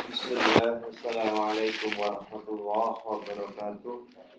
Bismillah, Assalamualaikum warahmatullahi wabarakatuh.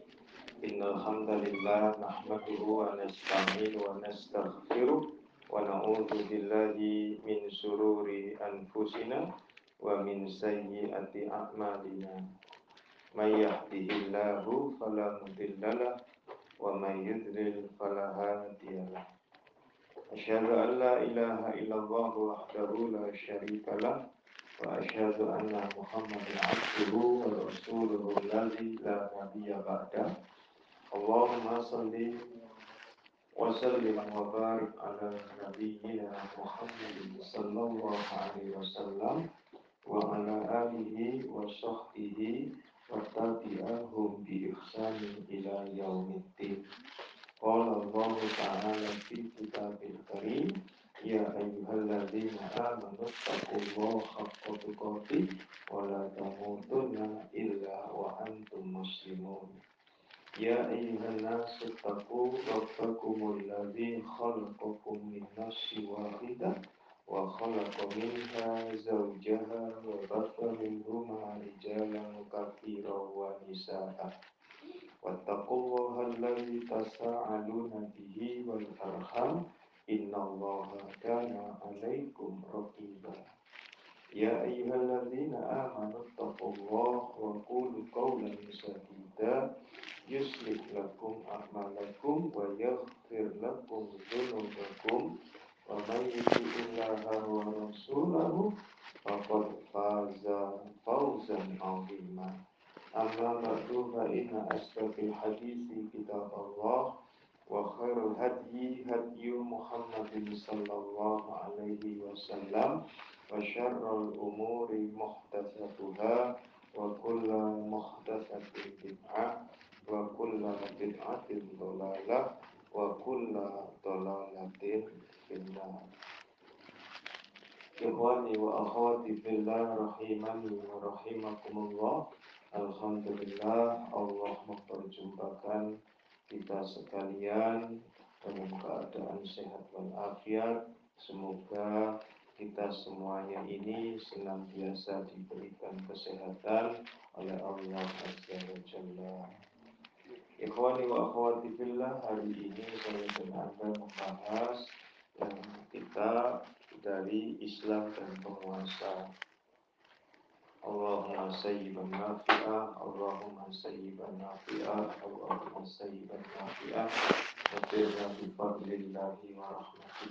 Innal hamdalillah nahmaduhu wa nasta'inuhu wa nastaghfiruh wa na'udzu billahi min shururi anfusina wa min sayyiati a'malina. May yahdihillahu fala mudhillalah wa may yudlil fala hadiyalah. Asyhadu an la ilaha illallah wahdahu la syarikalah wa asyhadu anna Muhammadan abduhu wa rasuluhu alladzi la nabiyya ba'da. Allahumma shalli wa sallim wa barik ala nabiyyina Muhammadin sallallahu alaihi wasallam wa ala alihi wa sahbihi wa tabi'ahum bi ihsanin ila yaumiddin. Qala Allah ta'ala fi kitabil karim ya ayyuhalladzina amanu taqullaha haqqa tuqatih wa la tamutunna illa wa antum muslimun. Ya ayyuhan nasu taqu rabbakumul ladzi khalaqakum min nafsin wahidah wa khalaqa minha zawjaha wa batha minhuma rijalan katsiran wa nisaa'a. Wattaqullaha alladzi tasaaluna bihi wal arham innallaha kana 'alaikum raqiba. Ya ayyuhalladzina amanu taqullaha wa qulu qawlan sadida yuslih lakum a'malakum wa yaghfir lakum dzunubakum wa may yuti'illaha wa rasulahu faqad faza fawzan 'azima. Amma ba'du fa inna asdaqal hadithi kitabullah wa khairul hadyi hadyu Muhammadin sallallahu alaihi wasallam wa syarrul umuri muhdatsatuha wa kullu muhdatsatin bid'ah wa kullu bid'atin dhalalah wa kullu dhalalatin finnar. Ikhwani wa akhwati fillah rahimani wa rahimakumullah. Alhamdulillah Allah memperjumpakan kita sekalian dalam keadaan sehat walafiat. Semoga kita semuanya ini senantiasa diberikan kesehatan oleh Allah Azza wa Jalla. Ikhwani wa akhwati fillah, hari ini saya dan Anda membahas kitab dari Islam dan penguasa. Allahumma sayyiban nafi'ah, Allahumma sayyiban nafi'ah, Allahumma sayyiban nafi'ah, wa firna bi fadlillahi wa rahmatih.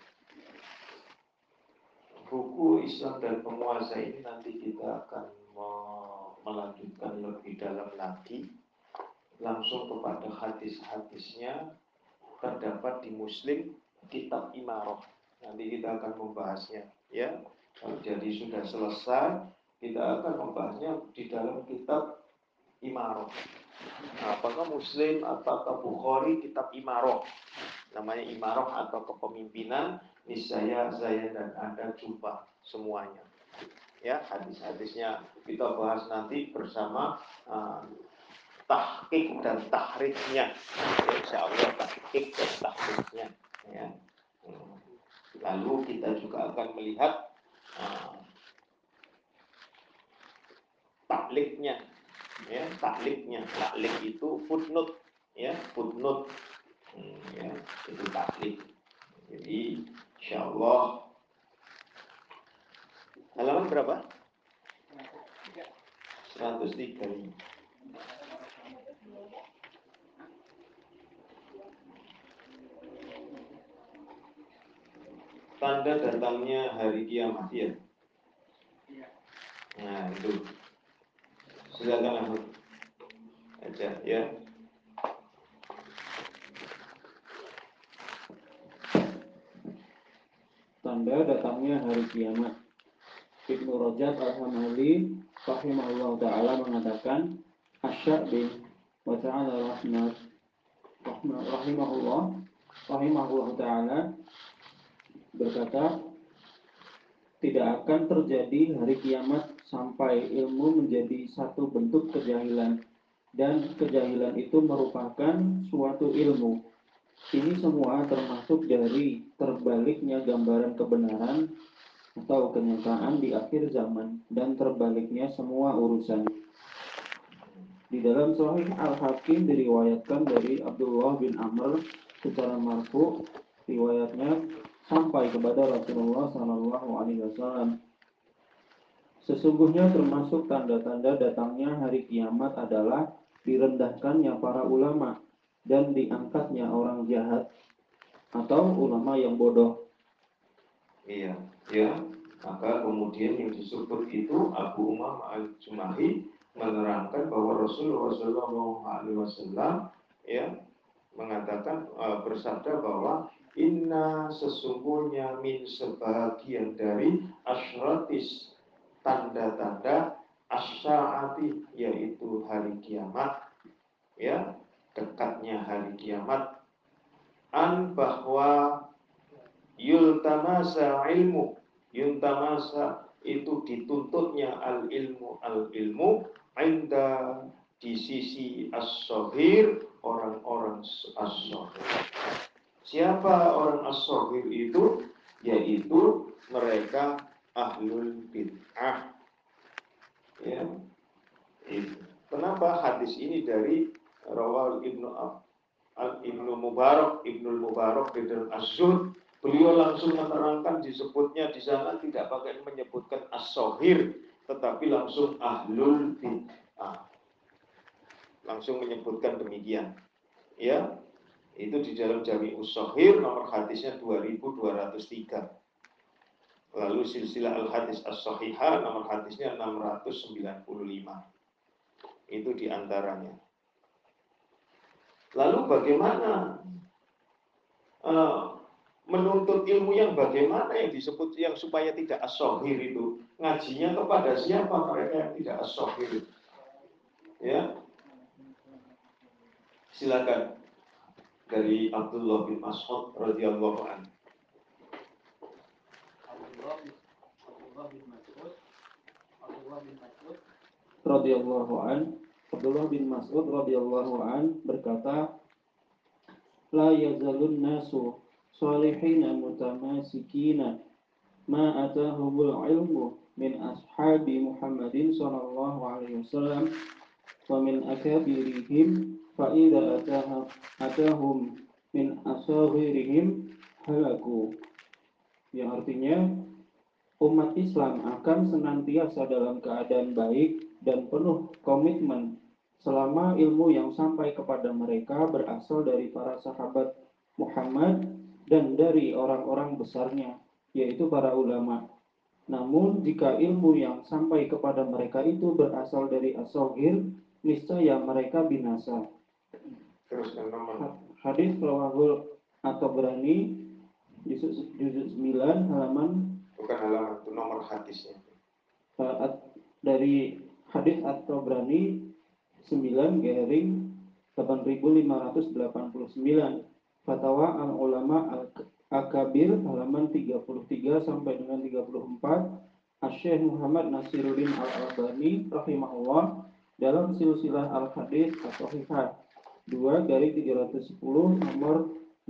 Buku Islam dan penguasa ini nanti kita akan melanjutkan lebih dalam lagi, langsung kepada hadis-hadisnya terdapat di Muslim, kitab Imarah. Nanti kita akan membahasnya, ya. Jadi sudah selesai, kita akan membahasnya di dalam kitab Imarah. Nah, apakah Muslim atau Bukhari, kitab Imarah. Namanya Imarah atau kepemimpinan. Niscaya saya dan Anda jumpa semuanya. Ya, hadis-hadisnya kita bahas nanti bersama tahqiq dan tahriknya. Insya Allah tahqiq dan tahriknya. Ya. Lalu kita juga akan melihat takliknya, ya, taklik itu footnote, ya, footnote, ya, itu taklik. Jadi insya Allah halaman berapa? 103 ini. Tanda datangnya hari kiamat, ya. Nah itu, silakan langsung aja, ya. Tanda datangnya hari kiamat. Ibnu Rajab Al-Hambali rahimahullah ta'ala mengatakan, Asy-Sya'bi wa ta'ala rahimahullah ta'ala berkata, tidak akan terjadi hari kiamat sampai ilmu menjadi satu bentuk kejahilan, dan kejahilan itu merupakan suatu ilmu. Ini semua termasuk dari terbaliknya gambaran kebenaran atau kenyataan di akhir zaman dan terbaliknya semua urusan. Di dalam Sahih Al-Hakim diriwayatkan dari Abdullah bin Amr secara marfu, riwayatnya sampai kepada Rasulullah Shallallahu Alaihi Wasallam. Sesungguhnya termasuk tanda-tanda datangnya hari kiamat adalah direndahkannya para ulama dan diangkatnya orang jahat atau ulama yang bodoh. Iya, ya. Maka kemudian yang disebut itu Abu Umamah Al-Jumahi menerangkan bahwa Rasulullah SAW ya mengatakan bersabda bahwa inna sesungguhnya min sebagian dari asyratis tanda-tanda asyaati yaitu hari kiamat ya dekatnya hari kiamat bahwa yultamasa itu dituntutnya al ilmu inda di sisi as-sohir orang-orang as-sohir. Siapa orang as-sohir itu? Yaitu mereka ahlul bid'ah. Ya. Kenapa hadis ini dari rawal Ibnu Mubarak di dalam Az-Zuhd, beliau langsung menerangkan disebutnya di sana tidak pakai menyebutkan as-sohir, tetapi langsung ahlul bid'ah. Langsung menyebutkan demikian. Ya, itu di dalam Jami'us Sohir nomor hadisnya 2203. Lalu silsilah al-hadis as-sahihah nomor hadisnya 695. Itu diantaranya. Lalu bagaimana menuntut ilmu yang bagaimana yang disebut yang supaya tidak as-sohir itu? Ngajinya kepada siapa mereka yang tidak as-sohir itu? Ya, silakan dari Abdullah bin Mas'ud radhiyallahu anhu. Abdullah bin Mas'ud radhiyallahu an berkata, la yazalun nasu salihina mutamasikina ma atahumul ilmu min ashabi Muhammadin sallallahu alaihi wasallam wa min akabirihim fa idza atahum min asaghirihim halaku. Yang artinya umat Islam akan senantiasa dalam keadaan baik dan penuh komitmen selama ilmu yang sampai kepada mereka berasal dari para sahabat Muhammad dan dari orang-orang besarnya, yaitu para ulama. Namun jika ilmu yang sampai kepada mereka itu berasal dari as-saghir, niscaya mereka binasa. Terus Hadis rawahul At-Tabrani juz 9 halaman, bukan halaman, itu nomor hadisnya. Dari hadis At-Tabrani 9/8589, Fatwa al-Ulama al-Akabir halaman 33 sampai dengan 34, Asy-Syaikh Muhammad Nasiruddin Al-Albani rahimahullah dalam silsilah al-hadis as-sahihah 2/310 nomor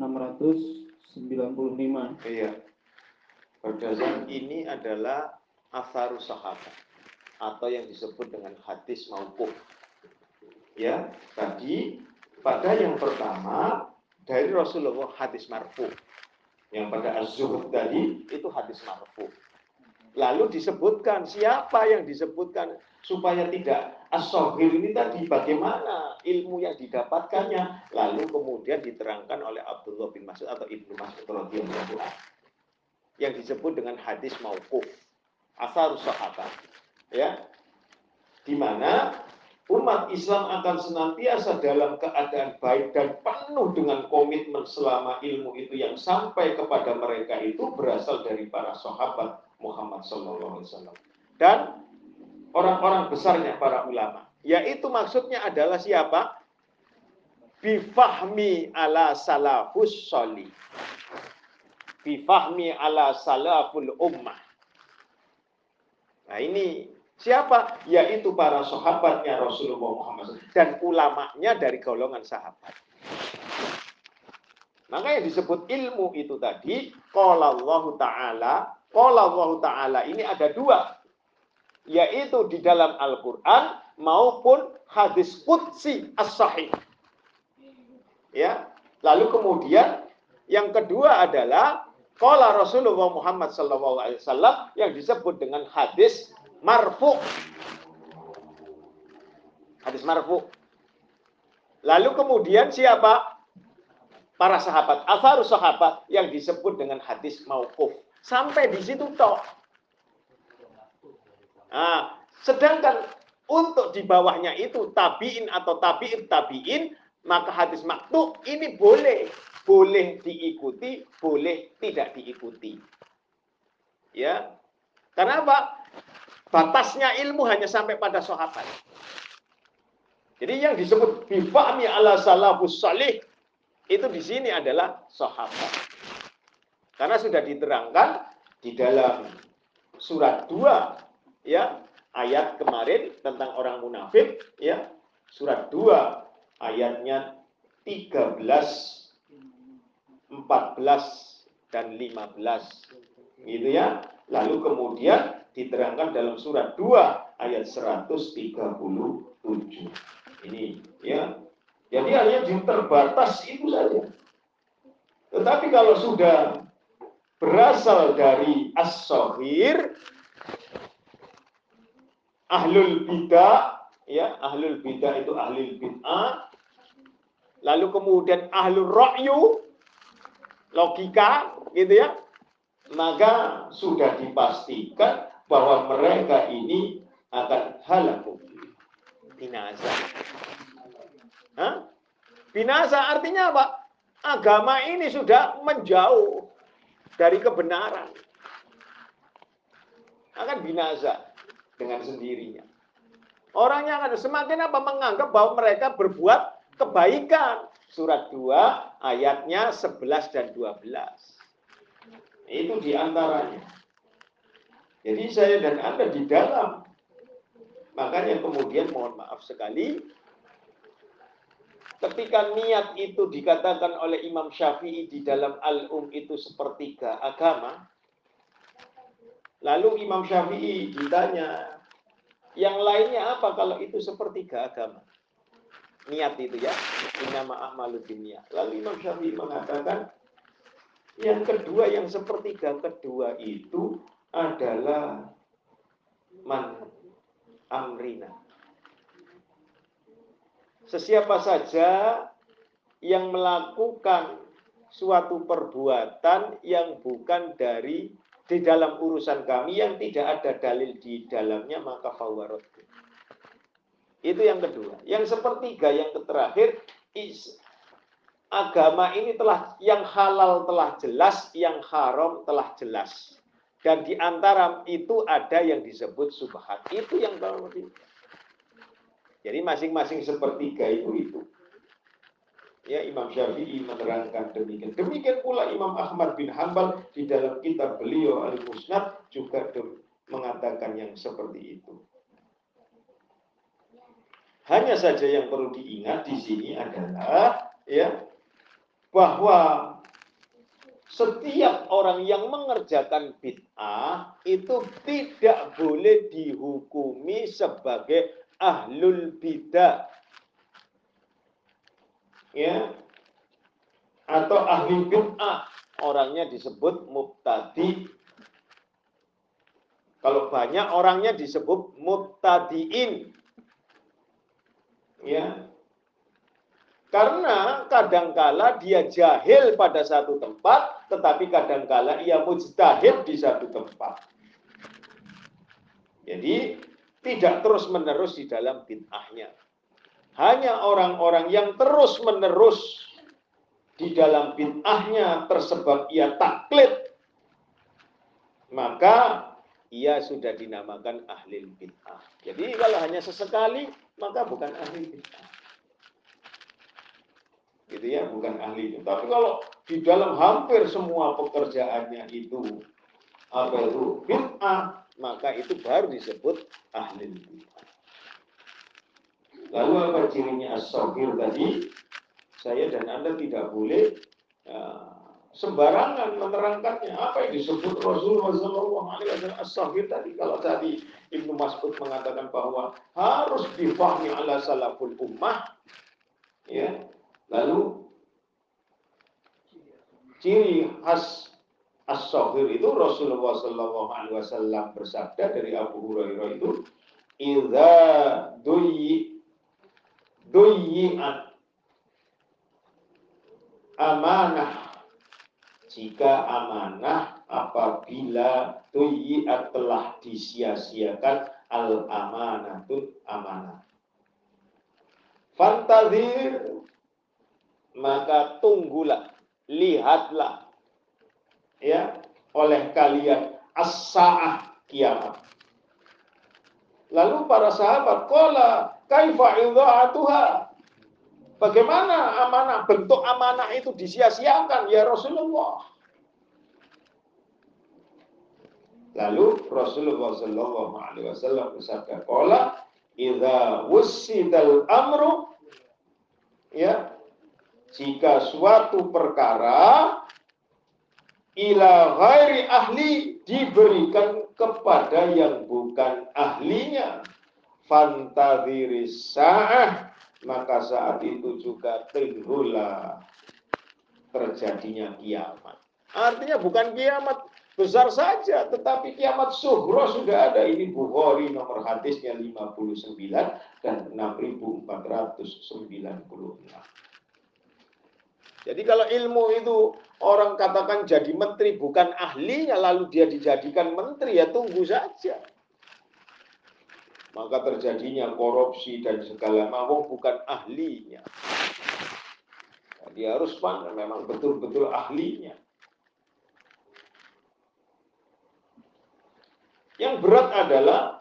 695. Iya. Berdasarkan ini adalah atharus sahabat atau yang disebut dengan hadis mauquf. Ya, tadi pada yang pertama dari Rasulullah hadis marfu. Yang pada Az-Zuhd tadi itu hadis marfu. Lalu disebutkan siapa yang disebutkan supaya tidak as-sohir ini tadi bagaimana ilmu yang didapatkannya. Lalu kemudian diterangkan oleh Abdullah bin Mas'ud atau Ibnu Mas'ud radhiyallahu anhu yang disebut dengan hadis mauquf, atharus sahabat. Ya, di mana umat Islam akan senantiasa dalam keadaan baik dan penuh dengan komitmen selama ilmu itu yang sampai kepada mereka itu berasal dari para sahabat Muhammad SAW dan orang-orang besarnya para ulama. Yaitu maksudnya adalah siapa? Bifahmi ala salafus sholih. Bifahmi ala salaful ummah. Nah ini siapa? Yaitu para sahabatnya Rasulullah Muhammad dan ulamanya dari golongan sahabat. Maka yang disebut ilmu itu tadi, qala Allah Ta'ala qala Allah Ta'ala ini ada dua, yaitu di dalam Al-Quran maupun hadis qudsi as-sahih. Ya. Lalu kemudian yang kedua adalah qala Rasulullah Muhammad SAW yang disebut dengan hadis marfu. Hadis marfu. Lalu kemudian siapa? Para sahabat, atharus sahabat yang disebut dengan hadis mauquf. Sampai di situ toh. Nah, sedangkan untuk di bawahnya itu tabi'in atau tabi'in, maka hadis maqtu ini boleh diikuti, boleh tidak diikuti. Ya. Karena apa? Batasnya ilmu hanya sampai pada sahabat. Jadi yang disebut bifahmi ala salafus salih itu di sini adalah sahabat. Karena sudah diterangkan di dalam surat 2 ya, ayat kemarin tentang orang munafik ya. Surat 2 ayatnya 13, 14 dan 15. Gitu ya. Lalu kemudian diterangkan dalam surat 2 ayat 137. Ini ya. Jadi hanya terbatas itu saja. Tetapi kalau sudah berasal dari as-saghir, ahlul bidah, ya, ahlul bidah itu ahlul bid'ah. Lalu kemudian ahlul ra'yu, logika, gitu ya. Maka sudah dipastikan bahwa mereka ini akan halaku. Binasa. Hah? Binasa artinya apa? Agama ini sudah menjauh dari kebenaran. Akan binasa dengan sendirinya. Orangnya akan semakin apa? Menganggap bahwa mereka berbuat kebaikan. Surat 2 ayatnya 11 dan 12. Itu diantaranya. Jadi saya dan Anda di dalam. Makanya kemudian mohon maaf sekali, ketika niat itu dikatakan oleh Imam Syafi'i di dalam itu sepertiga agama, lalu Imam Syafi'i ditanya, yang lainnya apa kalau itu sepertiga agama? Niat itu ya, innama a'malu binniyat. Lalu Imam Syafi'i mengatakan, yang kedua, yang sepertiga kedua itu adalah man amrina. Sesiapa saja yang melakukan suatu perbuatan yang bukan di dalam urusan kami, yang tidak ada dalil di dalamnya, maka fawarat. Itu yang kedua. Yang sepertiga, yang terakhir, agama ini yang halal telah jelas, yang haram telah jelas. Dan di antara itu ada yang disebut subhat. Itu yang perlu. Jadi masing-masing sepertiga itu. Ya, Imam Syafi'i menerangkan demikian. Demikian pula Imam Ahmad bin Hanbal di dalam kitab beliau Al-Musnad juga mengatakan yang seperti itu. Hanya saja yang perlu diingat di sini adalah ya, bahwa setiap orang yang mengerjakan bid'ah itu tidak boleh dihukumi sebagai ahlul bidah, ya, atau ahli bid'ah. Orangnya disebut mubtadi. Kalau banyak orangnya disebut mubtadiin, ya. Karena kadangkala dia jahil pada satu tempat, tetapi kadangkala ia mujtahid di satu tempat. Jadi tidak terus-menerus di dalam bid'ahnya. Hanya orang-orang yang terus-menerus di dalam bid'ahnya tersebab ia taklid, maka ia sudah dinamakan ahli bid'ah. Jadi kalau hanya sesekali, maka bukan ahli bid'ah. Gitu ya, bukan ahli. Tapi kalau di dalam hampir semua pekerjaannya itu bid'ah, maka itu baru disebut ahli bid'ah. Lalu apa cirinya as-saghir tadi? Saya dan Anda tidak boleh sembarangan menerangkannya. Apa yang disebut Rasulullah SAW as-sahih tadi? Kalau tadi Ibnu Mas'ud mengatakan bahwa harus difahami ala salaful ummah, ya. Lalu ciri khas as-sahih itu Rasulullah SAW bersabda dari Abu Hurairah itu, "Idza duyyi'at amanah, jika amanah apabila tuyyi'at telah disia-siakan al amanatun amanah. Fantazir, maka tunggulah, lihatlah ya oleh kalian as-sa'ah, kiamat." Lalu para sahabat, qala kaifa idha'atuha? Bagaimana amanah, bentuk amanah itu disia-siakan ya Rasulullah? Lalu Rasulullah Shallallahu Alaihi Wasallam bersabda, "Qala idza wussidal amru, ya, jika suatu perkara ila ghairi ahli, diberikan kepada yang bukan ahlinya, fantadhiris sa'ah, maka saat itu juga tunggulah terjadinya kiamat." Artinya bukan kiamat besar saja, tetapi kiamat sughra sudah ada. Ini Bukhari, nomor hadisnya 59 dan 6496. Jadi kalau ilmu itu orang katakan jadi menteri bukan ahlinya, lalu dia dijadikan menteri, ya tunggu saja. Maka terjadinya korupsi dan segala macam bukan ahlinya. Dia harus memang betul-betul ahlinya. Yang berat adalah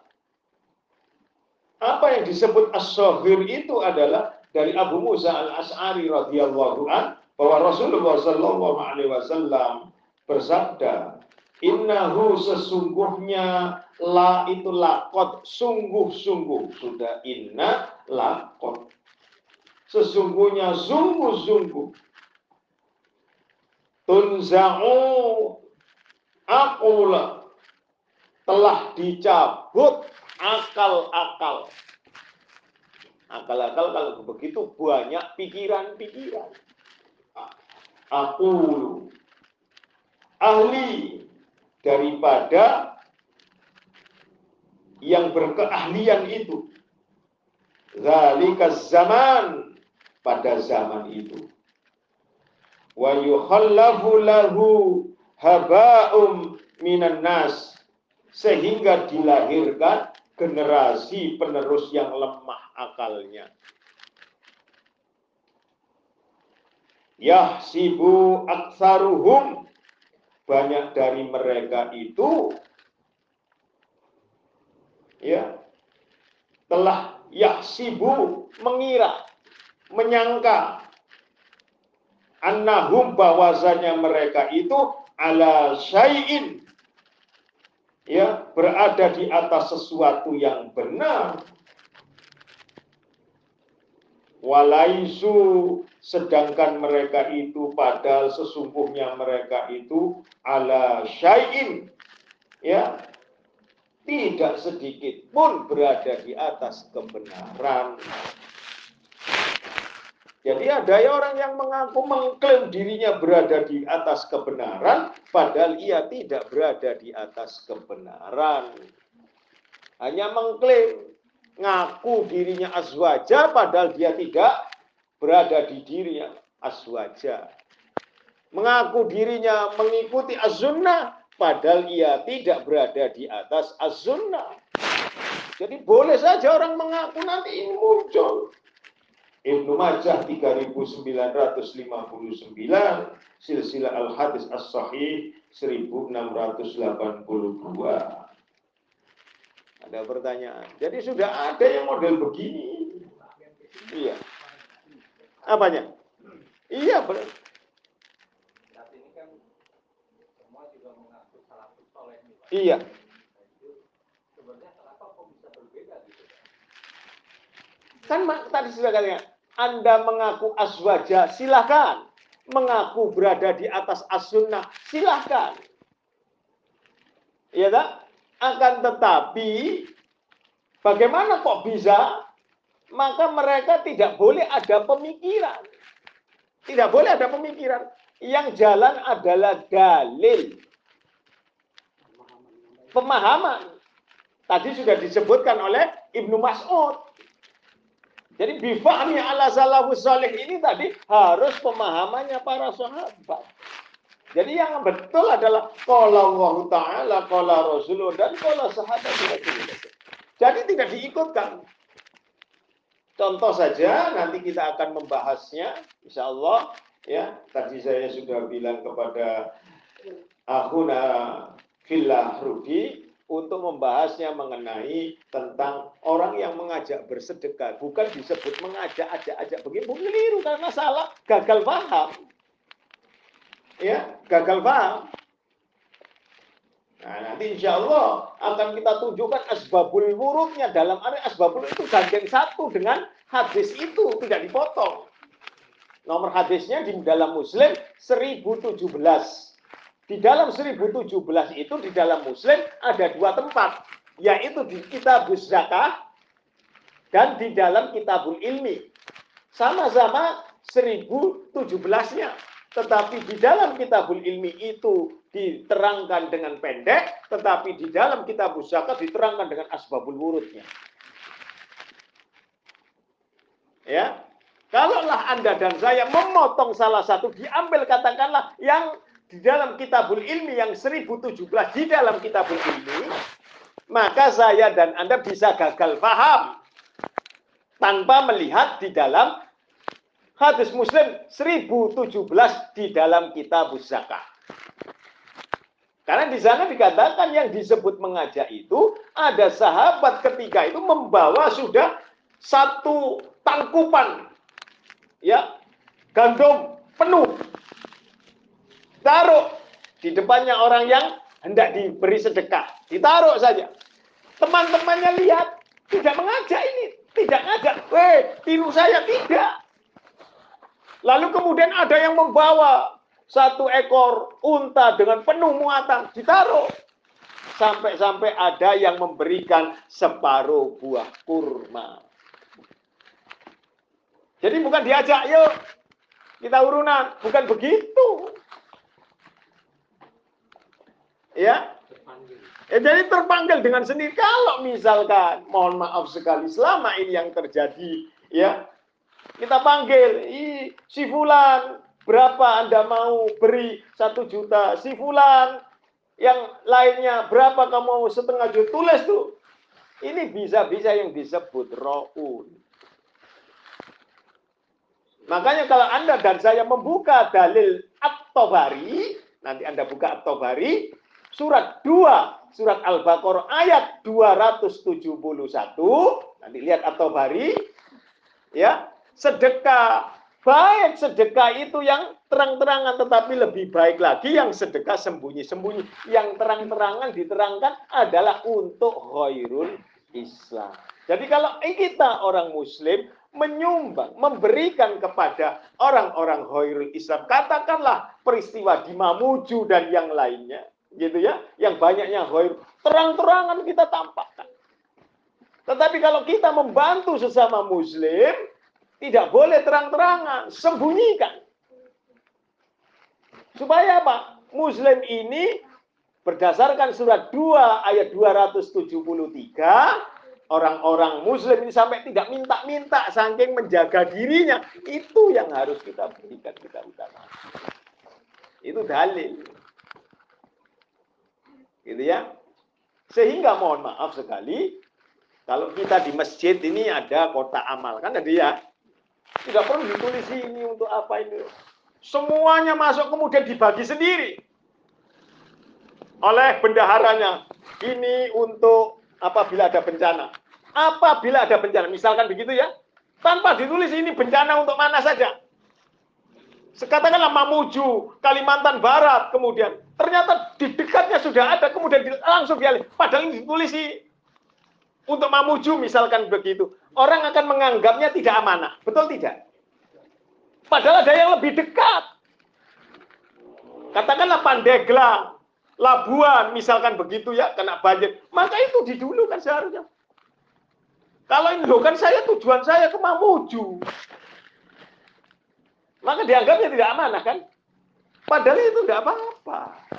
apa yang disebut as-sahir itu adalah dari Abu Musa al-Ash'ari radhiyallahu an, bahwa Rasulullah sallallahu alaihi wasallam bersabda, "Innahu, sesungguhnya, la itu laqad, sungguh-sungguh, sudah inna laqad, sesungguhnya sungguh-sungguh, tunza'u aqula, telah dicabut akal-akal." Akal-akal kalau begitu banyak pikiran-pikiran. Aku ahli daripada yang berkeahlian itu. Zalika zaman, pada zaman itu. Wa yukhallafu lahu haba'um minan nas, sehingga dilahirkan generasi penerus yang lemah akalnya. Yahsibu aktsaruhum, banyak dari mereka itu ya telah yahsibu, mengira, menyangka, annahum, bahwasanya mereka itu ala syai'in, ya, berada di atas sesuatu yang benar. Walaisu, sedangkan mereka itu padahal sesungguhnya mereka itu ala syai'in, ya, tidak sedikit pun berada di atas kebenaran. Jadi ada orang yang mengaku mengklaim dirinya berada di atas kebenaran, padahal ia tidak berada di atas kebenaran. Hanya mengklaim, ngaku dirinya azwaja, padahal dia tidak berada di dirinya azwaja. Mengaku dirinya mengikuti az-sunnah, padahal ia tidak berada di atas az-sunnah. Jadi boleh saja orang mengaku, nanti ini muncul. Ibnu Majah 3959, silsilah al-hadis as-sahih 1682. Ada pertanyaan. Jadi sudah ada yang model begini. Iya. Apanya? Iya, benar. Iya. Kan tadi sudah katakan, Anda mengaku azwaja, silakan. mengaku berada di atas as-sunnah, silahkan. Ya tak? Akan tetapi, bagaimana kok bisa? Maka mereka tidak boleh ada pemikiran. Tidak boleh ada pemikiran. Yang jalan adalah dalil. Pemahaman. Tadi sudah disebutkan oleh Ibnu Mas'ud. Jadi bifahmi ala salafus salih ini tadi harus pemahamannya para sahabat. Jadi yang betul adalah qala Allah Ta'ala, qala Rasulullah, dan qala sahabat. Jadi tidak diikutkan. Contoh saja, nanti kita akan membahasnya, insya Allah. Ya, tadi saya sudah bilang kepada akhuna fillah Rudi untuk membahasnya mengenai tentang orang yang mengajak bersedekah. Bukan disebut mengajak, ajak begini, keliru karena salah, gagal paham. Ya, gagal paham. Nah, nanti insya Allah akan kita tunjukkan asbabul wurudnya. Dalam arti asbabul itu gandeng satu dengan hadis itu, tidak dipotong. Nomor hadisnya di dalam Muslim 1017. Di dalam 1017 itu di dalam Muslim ada dua tempat, yaitu di Kitabuz Zakah dan di dalam Kitabul Ilmi. Sama-sama 1017-nya. Tetapi di dalam Kitabul Ilmi itu diterangkan dengan pendek, tetapi di dalam Kitabuz Zakah diterangkan dengan asbabul wurudnya. Ya, kalaulah Anda dan saya memotong salah satu, diambil katakanlah yang di dalam Kitabul Ilmi yang 1017 di dalam Kitabul Ilmi, maka saya dan Anda bisa gagal paham tanpa melihat di dalam hadis Muslim 1017 di dalam Kitabuz Zakah. Karena di sana dikatakan yang disebut mengajak itu ada sahabat ketika itu membawa sudah satu tangkupan ya gandum penuh, taruh di depannya orang yang hendak diberi sedekah, ditaruh saja. Teman-temannya lihat, tidak mengajak ini, tidak ngajak, tiru saya, tidak. Lalu kemudian ada yang membawa satu ekor unta dengan penuh muatan, ditaruh. Sampai-sampai ada yang memberikan separuh buah kurma. Jadi bukan diajak, yuk kita urunan, bukan begitu. Ya, jadi terpanggil dengan sendiri. Kalau misalkan, mohon maaf sekali, selama ini yang terjadi, ya, kita panggil, si Fulan, berapa Anda mau beri 1 juta? Si Fulan, yang lainnya, berapa kamu mau 1,5 juta? Tulis tuh. Ini bisa-bisa yang disebut ro'un. Makanya kalau Anda dan saya membuka dalil At-Tabari, nanti Anda buka At-Tabari, surat 2, surat Al-Baqarah ayat 271, nanti lihat At-Tabari, ya, sedekah, baik sedekah itu yang terang-terangan, tetapi lebih baik lagi yang sedekah sembunyi-sembunyi. Yang terang-terangan diterangkan adalah untuk khairul Islam. Jadi kalau kita orang Muslim, menyumbang, memberikan kepada orang-orang khairul Islam, katakanlah peristiwa di Mamuju dan yang lainnya, gitu ya, yang banyaknya khair, terang-terangan kita tampakkan. Tetapi kalau kita membantu sesama Muslim, tidak boleh terang-terangan, sembunyikan. Supaya apa? Muslim ini berdasarkan surat 2 ayat 273, orang-orang Muslim ini sampai tidak minta-minta saking menjaga dirinya. Itu yang harus kita berikan, kita utamakan. Itu dalil. Gitu ya. Sehingga mohon maaf sekali, kalau kita di masjid ini ada kotak amal, kan ada ya. Tidak perlu ditulis ini untuk apa ini. Semuanya masuk kemudian dibagi sendiri oleh bendaharanya. Ini untuk apabila ada bencana. Apabila ada bencana, misalkan begitu ya, tanpa ditulis ini bencana untuk mana saja. Katakanlah Mamuju, Kalimantan Barat, kemudian ternyata di dekatnya sudah ada, kemudian langsung dialih. Padahal ini ditulis untuk Mamuju, misalkan begitu. Orang akan menganggapnya tidak amanah, betul tidak? Padahal ada yang lebih dekat. Katakanlah Pandeglang, Labuan, misalkan begitu ya, kena banjir. Maka itu didulukan seharusnya. Kalau ini loh kan tujuan saya ke Mamuju. Maka dianggapnya tidak amanah kan? Padahal itu tidak apa-apa.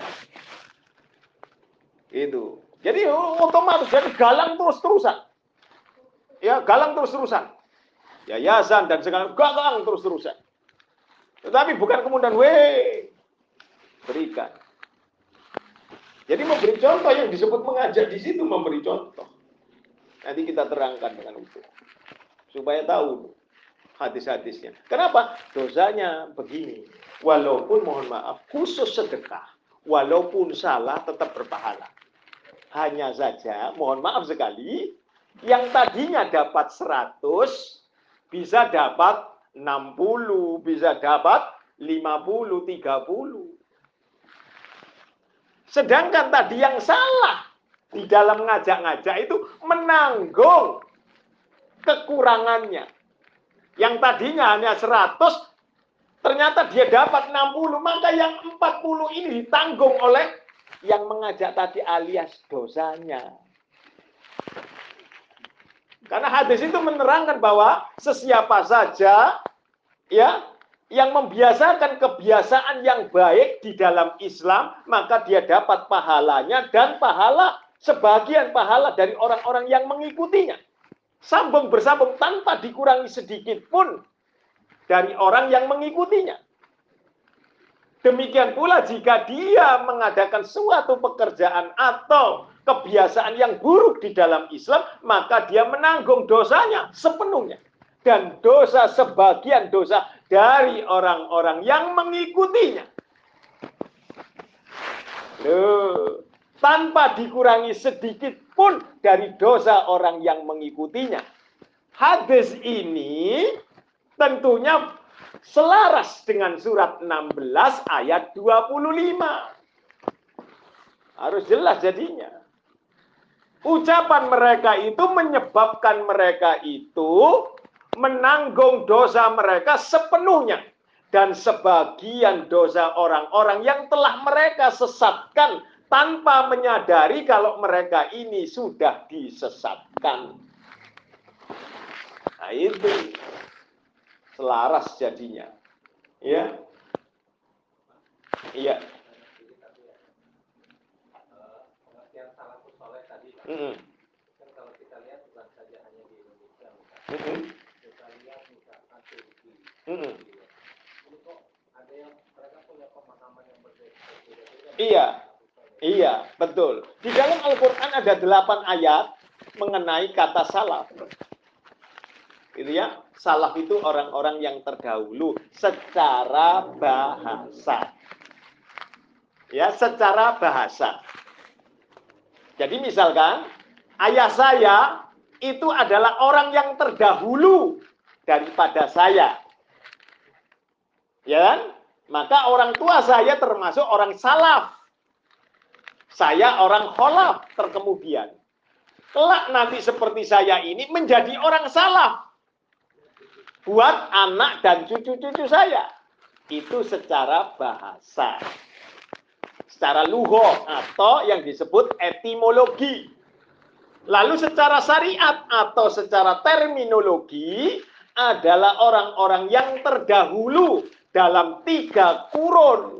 Itu. Jadi otomatis jadi galang terus-terusan. Ya, galang terus-terusan. Yayasan dan segala galang terus-terusan. Tetapi bukan kemudian berikan. Jadi memberi contoh yang disebut mengajak di situ memberi contoh. Nanti kita terangkan dengan itu. Supaya tahu hadis-hadisnya. Kenapa? Dosanya begini. Walaupun mohon maaf, khusus sedekah. Walaupun salah tetap berpahala. Hanya saja, mohon maaf sekali, yang tadinya dapat 100, bisa dapat 60, bisa dapat 50, 30. Sedangkan tadi yang salah di dalam ngajak-ngajak itu menanggung kekurangannya. Yang tadinya hanya 100, ternyata dia dapat 60, maka yang 40 ini ditanggung oleh yang mengajak tadi alias dosanya. Karena hadis itu menerangkan bahwa sesiapa saja ya yang membiasakan kebiasaan yang baik di dalam Islam, maka dia dapat pahalanya dan sebagian pahala dari orang-orang yang mengikutinya. Sambung bersambung tanpa dikurangi sedikit pun dari orang yang mengikutinya. Demikian pula jika dia mengadakan suatu pekerjaan atau kebiasaan yang buruk di dalam Islam, maka dia menanggung dosanya sepenuhnya. Dan dosa sebagian dosa dari orang-orang yang mengikutinya. Loh, tanpa dikurangi sedikit pun dari dosa orang yang mengikutinya. Hadis ini tentunya selaras dengan surat 16 ayat 25. Harus jelas jadinya. Ucapan mereka itu menyebabkan mereka itu menanggung dosa mereka sepenuhnya. Dan sebagian dosa orang-orang yang telah mereka sesatkan tanpa menyadari kalau mereka ini sudah disesatkan. Nah itu selaras jadinya. Ya. Iya. Pengertian salafus saleh tadi. Kan kalau kita lihat bukan saja hanya di Indonesia. Kita lihat misalkan Turki. Ini kok ada yang mereka punya pemahaman yang berbeda-beda. Iya, betul. Di dalam Al-Quran ada 8 ayat mengenai kata salaf. Gitu ya. Salaf itu orang-orang yang terdahulu secara bahasa. Ya, secara bahasa. Jadi misalkan ayah saya itu adalah orang yang terdahulu daripada saya. Ya kan? Maka orang tua saya termasuk orang salaf. Saya orang kholaf terkemudian. Kelak nanti seperti saya ini menjadi orang salaf. Buat anak dan cucu-cucu saya. Itu secara bahasa. Secara lugha atau yang disebut etimologi. Lalu secara syariat atau secara terminologi adalah orang-orang yang terdahulu dalam 3 kurun.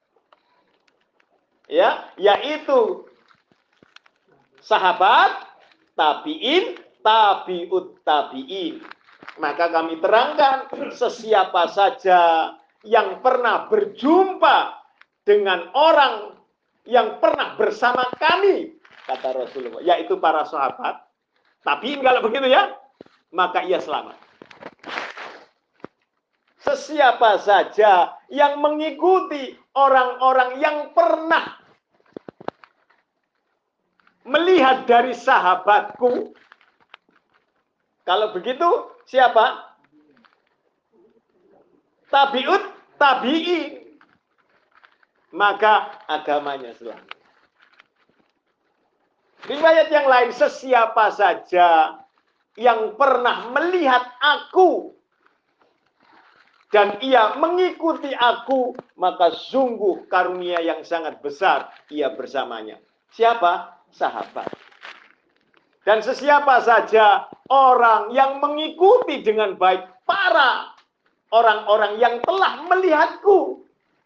Ya, yaitu sahabat, tabi'in, tabi'ut tabi'in. Maka kami terangkan sesiapa saja yang pernah berjumpa dengan orang yang pernah bersama kami, kata Rasulullah, yaitu para sahabat. Tapi kalau begitu ya, maka ia selamat. Sesiapa saja yang mengikuti orang-orang yang pernah melihat dari sahabatku, kalau begitu siapa? Tabi'ut tabi'in. Maka agamanya selamat. Riwayat yang lain, sesiapa saja yang pernah melihat aku dan ia mengikuti aku, maka sungguh karunia yang sangat besar ia bersamanya. Siapa? Sahabat. Dan sesiapa saja orang yang mengikuti dengan baik para orang-orang yang telah melihatku.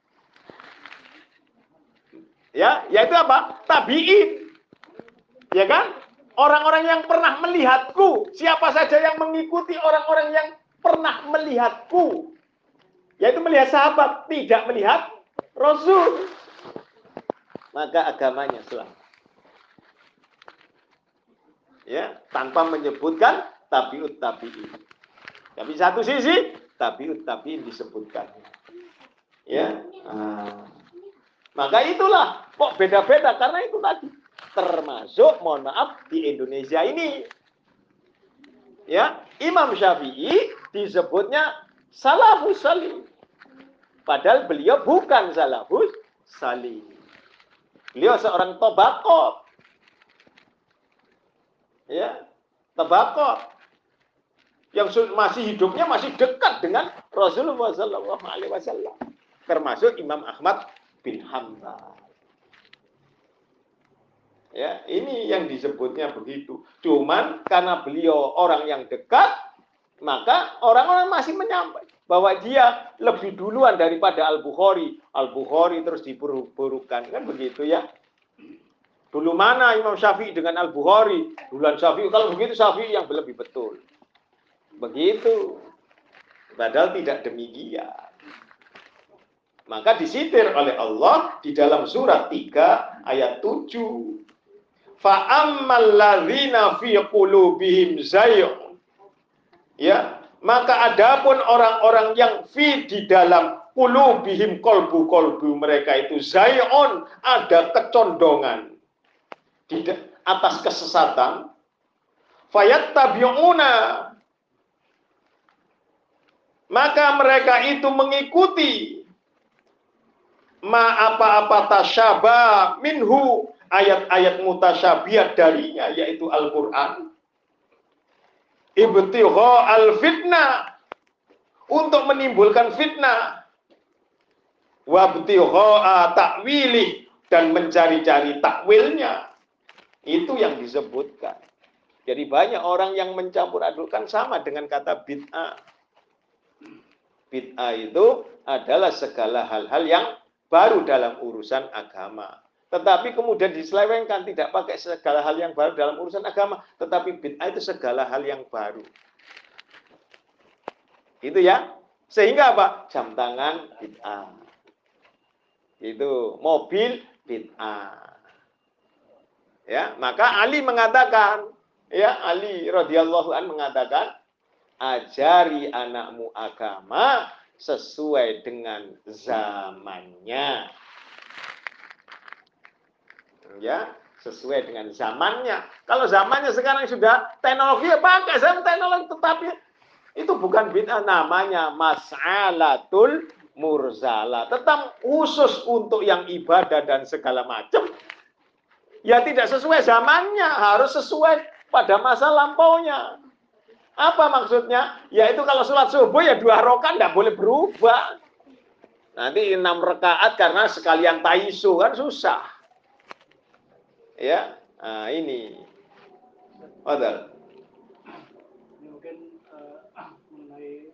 Ya, yaitu apa? Tabi'in. Ya kan? Orang-orang yang pernah melihatku. Siapa saja yang mengikuti orang-orang yang pernah melihatku. Yaitu melihat sahabat, tidak melihat Rasul. Maka agamanya selamat. Ya, tanpa menyebutkan tabi'ut tabi'in. Tapi satu sisi, tabi'ut tabi'in disebutkan. Ya. Maka itulah kok beda-beda karena itu tadi. Termasuk, mohon maaf, di Indonesia ini. Ya, Imam Syafi'i disebutnya salafus salih. Padahal beliau bukan salafus salih. Beliau seorang tabaqat. Ya, tabaqat. Yang masih hidupnya masih dekat dengan Rasulullah SAW. Termasuk Imam Ahmad bin Hanbal. Ya, ini yang disebutnya begitu. Cuman karena beliau orang yang dekat, maka orang-orang masih menyampaikan bahwa dia lebih duluan daripada Al-Bukhari. Al-Bukhari terus diburuk-burukkan. Kan begitu ya. Dulu mana Imam Syafi'i dengan Al-Bukhari? Duluan Syafi'i. Kalau begitu Syafi'i yang lebih betul. Begitu. Padahal tidak demikian. Maka disitir oleh Allah di dalam surat 3 ayat 7. Fa'ammal ladzina fi qulubihim zayg. Ya, maka adapun orang-orang yang fi di dalam qulubihim kolbu-kolbu mereka itu zayun, ada kecondongan di atas kesesatan, fayattabi'una, maka mereka itu mengikuti ma apa-apa tasyabah minhu, ayat-ayat mutasyabihat darinya, yaitu Al-Quran. Ibtigha al-fitnah, untuk menimbulkan fitnah. Wabtigha ta'wilih, dan mencari-cari takwilnya. Itu yang disebutkan. Jadi banyak orang yang mencampur adukkan, sama dengan kata bid'ah. Bid'ah itu adalah segala hal-hal yang baru dalam urusan agama. Tetapi kemudian diselewengkan, tidak pakai segala hal yang baru dalam urusan agama. Tetapi bid'ah itu segala hal yang baru. Itu ya. Sehingga apa? Jam tangan bid'ah. Itu mobil bid'ah. Ya, maka Ali mengatakan, ya, Ali radhiyallahu anhu mengatakan, ajari anakmu agama sesuai dengan zamannya. Ya, sesuai dengan zamannya. Kalau zamannya sekarang sudah teknologi, ya pakai zaman teknologi, tetapi itu bukan bid'ah, namanya mas'alatul mursalah. Tetap khusus untuk yang ibadah dan segala macam. Ya tidak sesuai zamannya, harus sesuai pada masa lampaunya. Apa maksudnya? Yaitu kalau sholat subuh ya 2 rakaat, tidak boleh berubah. Nanti 6 rakaat karena sekalian taisu, kan susah. Ya, nah ini. Padahal. Ini mungkin mengenai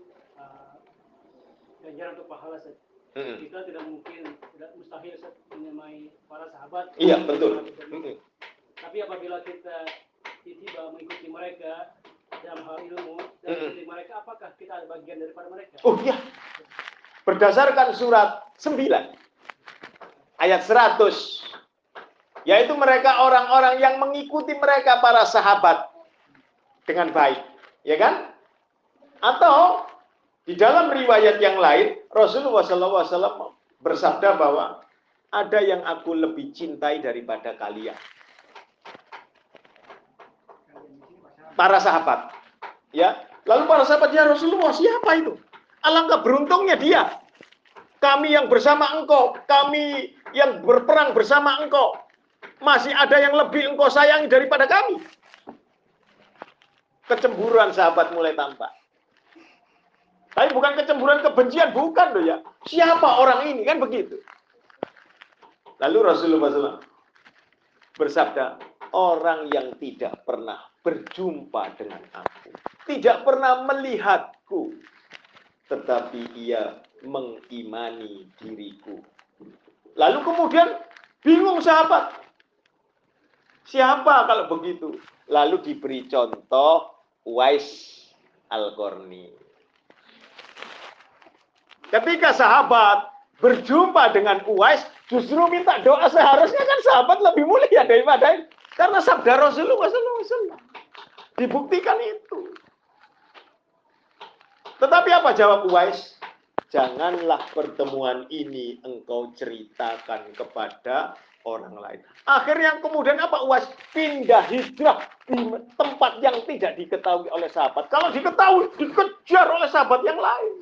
ganjaran untuk pahala saja. Kita tidak mungkin, tidak mustahil menyamai para sahabat. Iya, betul. Tapi apabila kita tiba mengikuti mereka dalam hal ilmu dan mengikuti mereka, apakah kita ada bagian daripada mereka? Oh iya. Berdasarkan surat 9 ayat 100, yaitu mereka orang-orang yang mengikuti mereka para sahabat dengan baik, ya kan? Atau di dalam riwayat yang lain, Rasulullah SAW bersabda bahwa ada yang aku lebih cintai daripada kalian. Para sahabat. Ya. Lalu para sahabat, ya Rasulullah, siapa itu? Alangkah beruntungnya dia. Kami yang bersama engkau, kami yang berperang bersama engkau. Masih ada yang lebih engkau sayangi daripada kami. Kecemburuan sahabat mulai tampak. Tapi lain, bukan kecemburuan kebencian, bukan loh ya. Siapa orang ini? Kan begitu. Lalu Rasulullah SAW bersabda, orang yang tidak pernah berjumpa dengan aku, tidak pernah melihatku, tetapi ia mengimani diriku. Lalu kemudian bingung sahabat. Siapa kalau begitu? Lalu diberi contoh Uwais Al-Qarni. Ketika sahabat berjumpa dengan Uwais, justru minta doa, seharusnya kan sahabat lebih mulia daripada ini. Karena sabda Rasulullah SAW. Dibuktikan itu. Tetapi apa jawab Uwais? Janganlah pertemuan ini engkau ceritakan kepada orang lain. Akhirnya kemudian apa Uwais? Pindah hijrah di tempat yang tidak diketahui oleh sahabat. Kalau diketahui, dikejar oleh sahabat yang lain.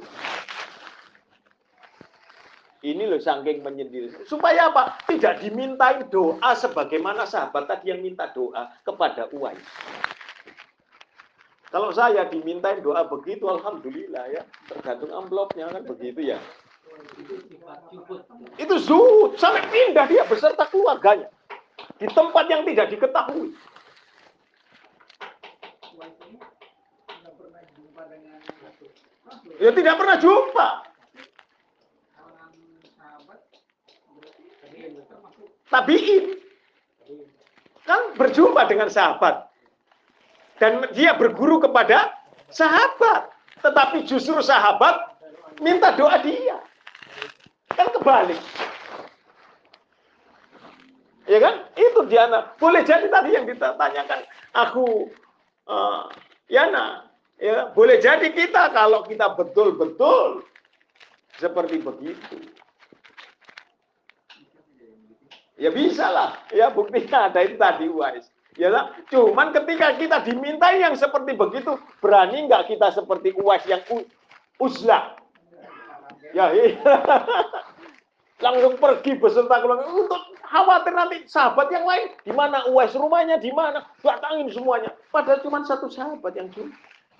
Ini loh saking menyendiri. Supaya apa? Tidak dimintain doa sebagaimana sahabat tadi yang minta doa kepada Uwais. Kalau saya dimintain doa begitu, alhamdulillah ya. Tergantung amplopnya kan begitu ya. Itu zuhud, sampai pindah dia beserta keluarganya di tempat yang tidak diketahui. Ya tidak pernah jumpa. Tabiin kan berjumpa dengan sahabat dan dia berguru kepada sahabat, tetapi justru sahabat minta doa dia. Kan kebalik. Ya kan? Itu Diana. Boleh jadi tadi yang ditanyakan aku Yana, ya, boleh jadi kita kalau kita betul-betul seperti begitu. Ya bisa lah, ya buktinya ada itu tadi Uwais. Ya lah, cuman ketika kita dimintai yang seperti begitu, berani nggak kita seperti Uwais yang uzlah? Ya iya. Langsung pergi beserta keluarga untuk khawatir nanti sahabat yang lain di mana Uwais rumahnya di mana, datangin semuanya. Padahal cuma satu sahabat yang cuma.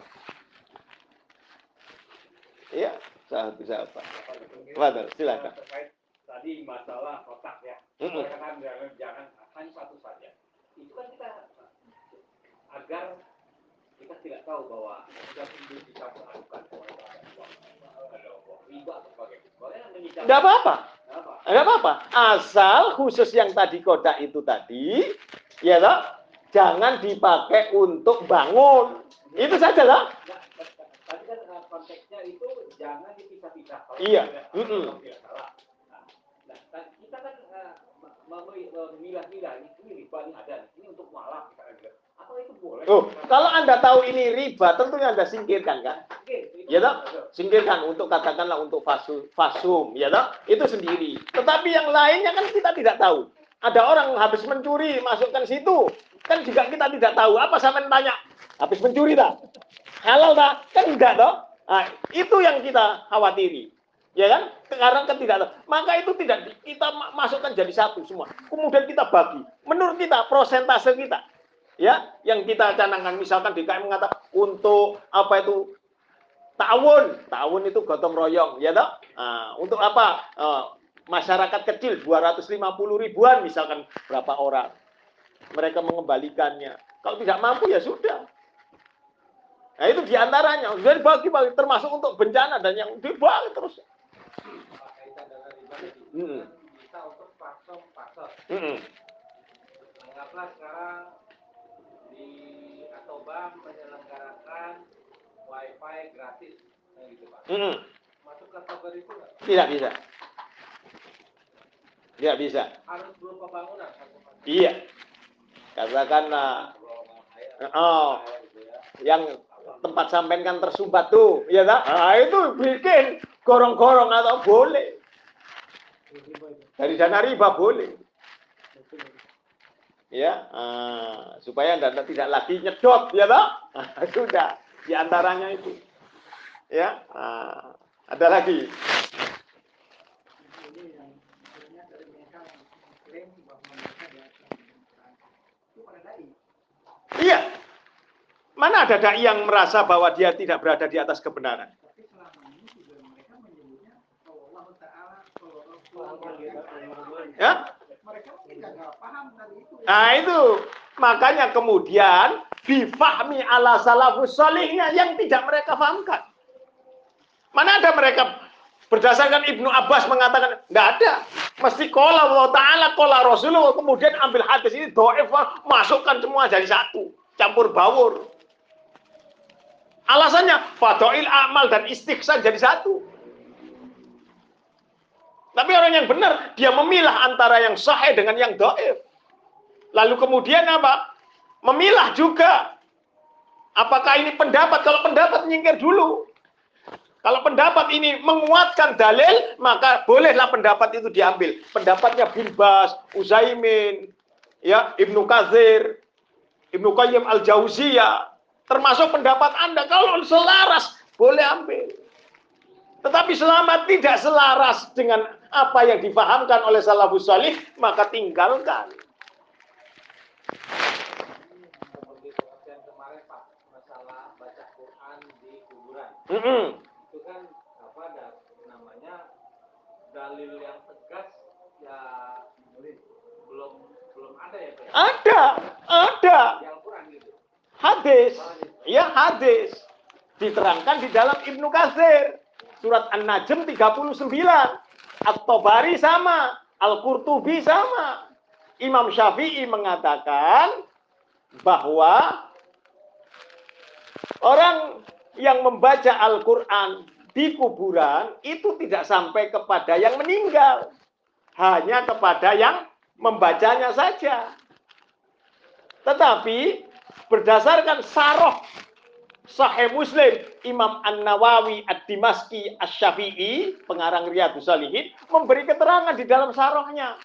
Ya, satu sahabat. Waduh, silakan. Tadi masalah kotak ya. Kan jangan hanya satu saja. Itu kan kita agar kita tidak tahu bahwa kita dicampur adukan riba atau sebagainya. Tidak apa-apa. Enggak apa-apa. Asal khusus yang tadi kodak itu tadi, ya toh, jangan dipakai untuk bangun. Itu saja lah. Tadi kan konteksnya itu jangan dipisah-pisah. Iya. Nah, kita kan memilah-milah ini riba ini ada, ini untuk mualaf misalnya. Apa itu boleh? Oh, kalau Anda tahu ini riba, tentunya Anda singkirkan kan? Ya toh? Singkirkan untuk katakanlah untuk fasum, ya toh? Itu sendiri. Tetapi yang lainnya kan kita tidak tahu. Ada orang habis mencuri masukkan situ, kan juga kita tidak tahu. Apa sampean tanya? Habis mencuri tak? Halal tak? Kan enggak toh? Nah, itu yang kita khawatiri. Ya kan? Sekarang kan tidak tahu. Maka itu tidak kita masukkan jadi satu semua. Kemudian kita bagi. Menurut kita prosentase kita, ya, yang kita canangkan misalkan DKM mengatakan untuk apa itu ta'awun itu gotong royong, ya toh? Nah, untuk apa? Masyarakat kecil 250 ribuan misalkan berapa orang. Mereka mengembalikannya. Kalau tidak mampu ya sudah. Nah, itu diantaranya. Jadi bagi-bagi termasuk untuk bencana dan yang dibagi terus. Bisa untuk pasar. Anggaplah sekarang di atau bank menyelenggarakan wifi gratis, gitu Pak. Masuk kategori itu nggak? Tidak bisa. Tidak bisa. Harus berupa bangunan. Iya. Katakanlah, yang tempat sampean kan tersumbat tuh, ya tak? Nah, itu bikin gorong-gorong atau boleh. Dari dana riba boleh. Ya, supaya Anda tidak lagi nyedot, ya tak? Sudah, diantaranya itu. Ya, ada lagi. Iya. Mana ada dai yang merasa bahwa dia tidak berada di atas kebenaran? Ya? Nah itu makanya kemudian difahmi ala salafus salihnya yang tidak mereka fahamkan. Mana ada mereka berdasarkan Ibnu Abbas mengatakan nggak ada, mesti qala Allah Taala qala Rasulullah, kemudian ambil hadis ini dhaif masukkan semua jadi satu, campur baur. Alasannya fadail amal dan istighsan jadi satu. Tapi orang yang benar dia memilah antara yang sahih dengan yang dhaif. Lalu kemudian apa? Memilah juga. Apakah ini pendapat? Kalau pendapat nyingkir dulu. Kalau pendapat ini menguatkan dalil, maka bolehlah pendapat itu diambil. Pendapatnya Bin Bas, Utsaimin, ya, Ibnu Katsir, Ibnu Qayyim Al-Jauziyah, termasuk pendapat Anda. Kalau selaras, boleh ambil. Tetapi selama tidak selaras dengan apa yang difahamkan oleh salafus salih, maka tinggalkan. Seperti pengertian kemarin Pak, masalah baca Quran di kuburan. Itu kan apa ada namanya dalil yang tegas ya belum ada ya Pak? Ada. Yang Quran gitu. Hadis. Ya, hadis. Diterangkan di dalam Ibnu Katsir. Surat An-Najm 39. At-Tabari sama. Al-Qurtubi sama. Imam Syafi'i mengatakan bahwa orang yang membaca Al-Quran di kuburan itu tidak sampai kepada yang meninggal. Hanya kepada yang membacanya saja. Tetapi berdasarkan Syarah Sahih Muslim, Imam An-Nawawi Ad-Dimashqi Asy-Syafi'i, pengarang Riyadhus Shalihin, memberi keterangan di dalam syarahnya.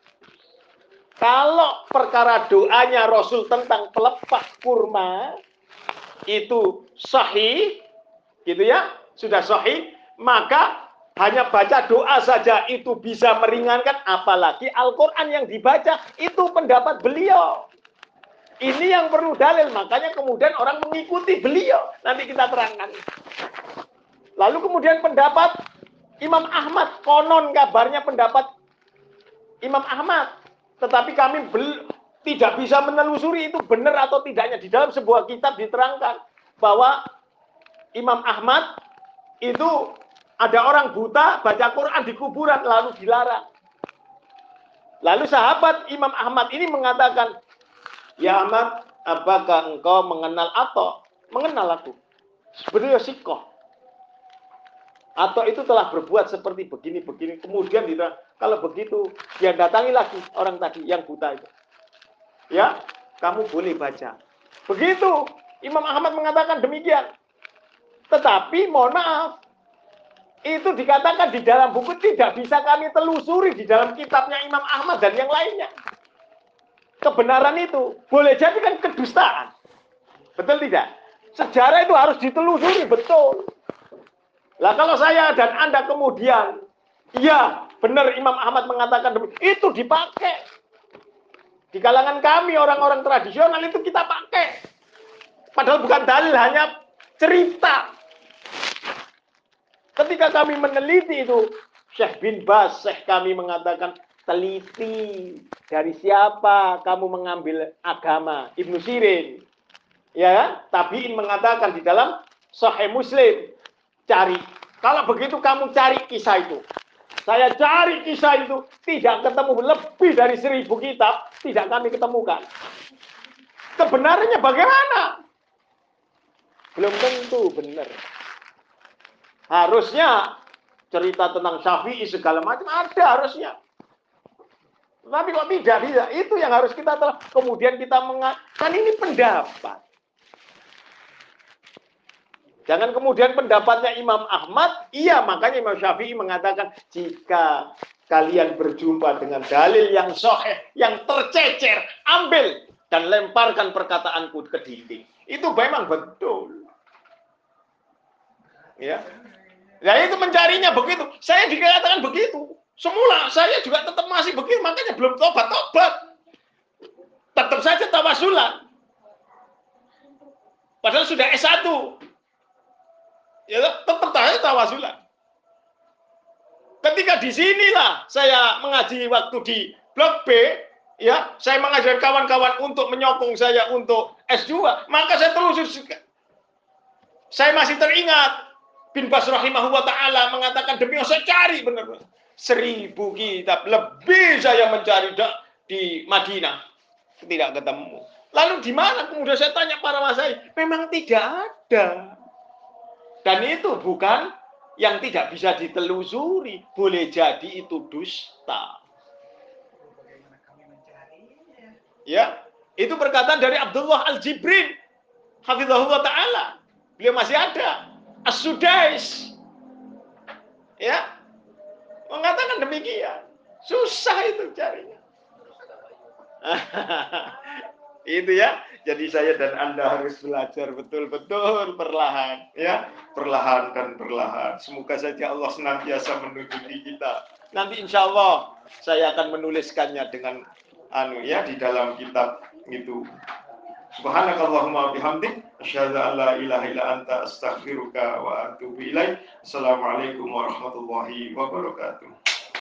Kalau perkara doanya Rasul tentang pelepas kurma itu sahih, gitu ya, sudah sahih, maka hanya baca doa saja itu bisa meringankan, apalagi Al-Quran yang dibaca itu pendapat beliau. Ini yang perlu dalil, makanya kemudian orang mengikuti beliau. Nanti kita terangkan. Lalu kemudian pendapat Imam Ahmad, konon kabarnya pendapat Imam Ahmad. Tetapi kami tidak bisa menelusuri itu benar atau tidaknya. Di dalam sebuah kitab diterangkan bahwa Imam Ahmad itu ada orang buta baca Quran di kuburan lalu dilarang. Lalu sahabat Imam Ahmad ini mengatakan, "Ya Ahmad, apakah engkau mengenal Ato?" "Mengenal aku." Beliau sikoh. Atau itu telah berbuat seperti begini-begini. Kemudian dia, kalau begitu, dia datangi lagi orang tadi yang buta itu. Ya, kamu boleh baca. Begitu, Imam Ahmad mengatakan demikian. Tetapi, mohon maaf, itu dikatakan di dalam buku tidak bisa kami telusuri di dalam kitabnya Imam Ahmad dan yang lainnya. Kebenaran itu boleh jadi kan kedustaan. Betul tidak? Sejarah itu harus ditelusuri, betul. Lah kalau saya dan Anda kemudian, iya benar Imam Ahmad mengatakan itu dipakai. Di kalangan kami orang-orang tradisional itu kita pakai. Padahal bukan dalil, hanya cerita. Ketika kami meneliti itu, Syekh bin Baz, Syekh kami mengatakan, teliti dari siapa kamu mengambil agama. Ibnu Sirin. Ya, Tabi'in mengatakan di dalam Sahih Muslim. Cari. Kalau begitu kamu cari kisah itu. Saya cari kisah itu. Tidak ketemu. Lebih dari 1000 kitab. Tidak kami ketemukan. Kebenarannya bagaimana? Belum tentu benar. Harusnya cerita tentang Syafi'i segala macam ada harusnya. Tapi kok tidak bisa. Itu yang harus kita telah. Kemudian kita kan ini pendapat. Jangan kemudian pendapatnya Imam Ahmad, iya makanya Imam Syafi'i mengatakan, jika kalian berjumpa dengan dalil yang sahih, yang tercecer, ambil dan lemparkan perkataanku ke dinding. Itu memang betul. Ya. Ya itu mencarinya begitu. Saya dikatakan begitu. Semula saya juga tetap masih begitu, makanya belum tobat-tobat. Tetap saja tawasulan. Padahal sudah S1. Ya tetap aja tawasulan. Ketika di sinilah saya mengaji waktu di Blok B, ya, saya mengajarkan kawan-kawan untuk menyokong saya untuk S2, maka saya telusur. Saya masih teringat bin Bas rahimahullah ta'ala mengatakan, demi Allah saya cari benar-benar 1000 kitab lebih saya mencari di Madinah, tidak ketemu. Lalu di mana? Kemudian saya tanya para masyayikh, memang tidak ada. Dan itu bukan yang tidak bisa ditelusuri, boleh jadi itu dusta. Ya, itu perkataan dari Abdullah Al-Jibrin, hafizahullah ta'ala. Beliau masih ada. As-Sudais, ya, mengatakan demikian. Susah itu carinya. Itu ya. Jadi saya dan Anda harus belajar betul-betul perlahan, ya, perlahan dan perlahan. Semoga saja Allah senantiasa menunjuki kita. Nanti insya Allah saya akan menuliskannya dengan ya di dalam kitab itu. Subhanakallahumma bihamdik, asyhadu an la ilaha illa anta, astaghfiruka wa atubu ilaik. Assalamualaikum warahmatullahi wabarakatuh.